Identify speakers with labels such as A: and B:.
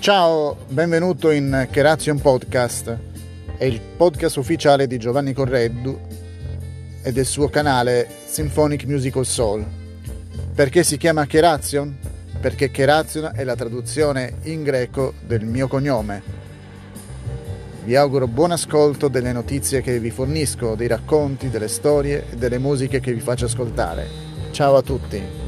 A: Ciao, benvenuto in Keration Podcast, è il podcast ufficiale di Giovanni Correddu e del suo canale Symphonic Musical Soul. Perché si chiama Keration? Perché Keration è la traduzione in greco del mio cognome. Vi auguro buon ascolto delle notizie che vi fornisco, dei racconti, delle storie e delle musiche che vi faccio ascoltare. Ciao a tutti!